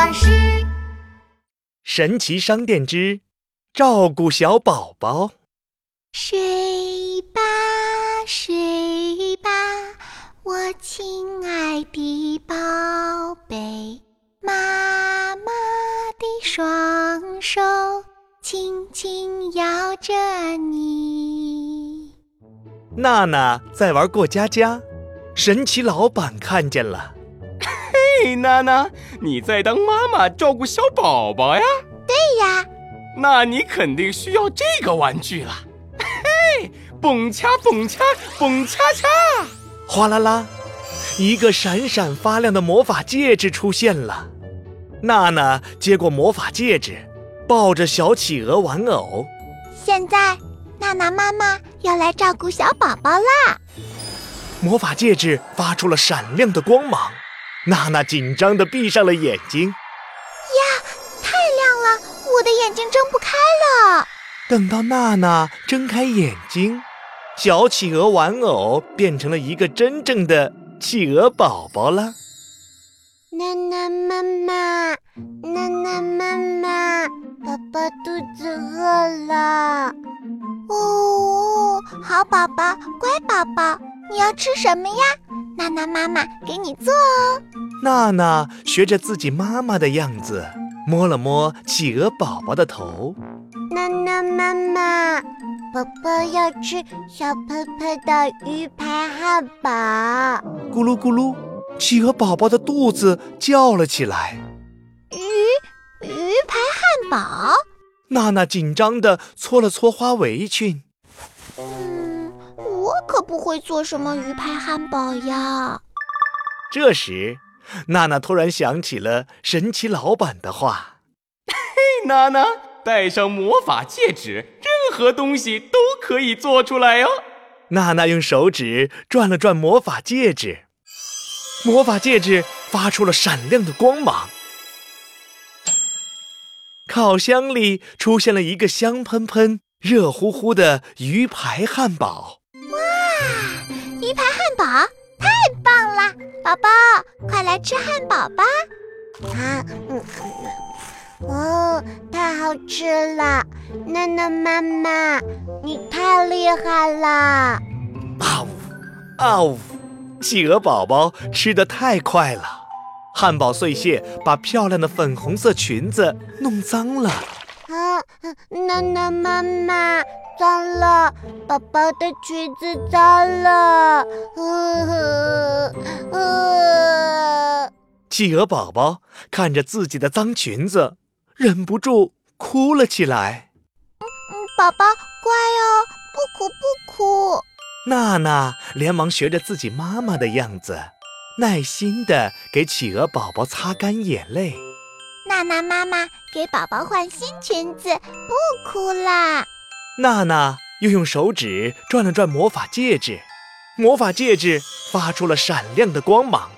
老师。 神奇商店之照顾小宝宝。 睡吧睡吧，我亲爱的宝贝，妈妈的双手轻轻摇着你。 娜娜在玩过家家，神奇老板看见了。 嘿，娜娜，你在当妈妈照顾小宝宝呀？ 对呀。 那你肯定需要这个玩具了。嘿，蹦恰蹦恰蹦恰恰， 哗啦啦，一个闪闪发亮的魔法戒指出现了。娜娜接过魔法戒指，抱着小企鹅玩偶。 现在娜娜妈妈要来照顾小宝宝啦。 魔法戒指发出了闪亮的光芒，娜娜紧张地闭上了眼睛。 呀，太亮了，我的眼睛睁不开了。 等到娜娜睁开眼睛，小企鹅玩偶变成了一个真正的企鹅宝宝了。 娜娜妈妈，娜娜妈妈，宝宝肚子饿了。哦，好宝宝，乖宝宝，你要吃什么呀？娜娜妈妈给你做哦。 娜娜学着自己妈妈的样子，摸了摸企鹅宝宝的头。 娜娜妈妈，宝宝要吃小喷喷的鱼排汉堡。 咕噜咕噜，企鹅宝宝的肚子叫了起来。 鱼排汉堡？ 娜娜紧张地搓了搓花围裙。 我可不会做什么鱼排汉堡呀。 这时，娜娜突然想起了神奇老板的话。 嘿，娜娜，戴上魔法戒指，任何东西都可以做出来哦。 娜娜用手指转了转魔法戒指，魔法戒指发出了闪亮的光芒。烤箱里出现了一个香喷喷、热乎乎的鱼排汉堡。 哇，鱼排汉堡太棒了！宝宝，快来吃汉堡吧。太好吃了！娜娜妈妈，你太厉害了！ 啊呜啊呜，企鹅宝宝吃得太快了，汉堡碎屑把漂亮的粉红色裙子弄脏了。 娜娜妈妈，脏了，宝宝的裙子脏了。 企鹅宝宝看着自己的脏裙子，忍不住哭了起来。 宝宝乖哦，不哭不哭。 娜娜连忙学着自己妈妈的样子，耐心地给企鹅宝宝擦干眼泪。 娜娜妈妈给宝宝换新裙子，不哭啦。 娜娜又用手指转了转魔法戒指，魔法戒指发出了闪亮的光芒。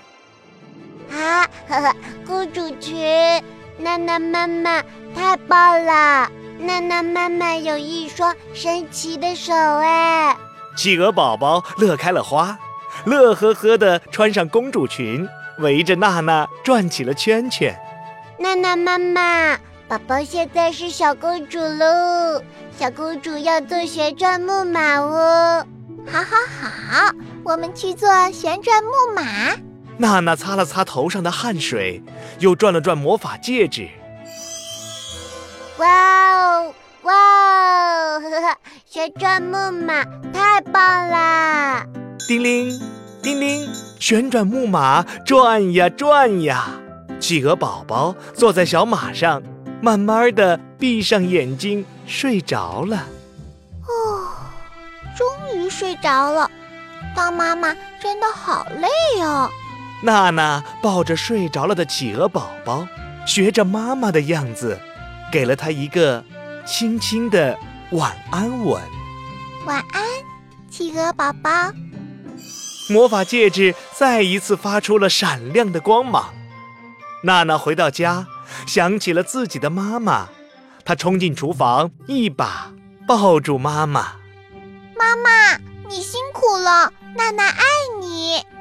公主裙，娜娜妈妈太棒了！娜娜妈妈有一双神奇的手哎！ 企鹅宝宝乐开了花，乐呵呵地穿上公主裙，围着娜娜转起了圈圈。 娜娜妈妈，宝宝现在是小公主喽，小公主要坐旋转木马哦。好，我们去坐旋转木马。 娜娜擦了擦头上的汗水，又转了转魔法戒指。 哇哦，旋转木马太棒啦！ 叮铃叮铃，旋转木马转呀转呀。企鹅宝宝坐在小马上，慢慢地闭上眼睛睡着了。 终于睡着了。当妈妈真的好累哦。 娜娜抱着睡着了的企鹅宝宝，学着妈妈的样子，给了他一个轻轻的晚安吻。 晚安，企鹅宝宝。 魔法戒指再一次发出了闪亮的光芒。娜娜回到家，想起了自己的妈妈，她冲进厨房，一把抱住妈妈。 妈妈，你辛苦了，娜娜爱你。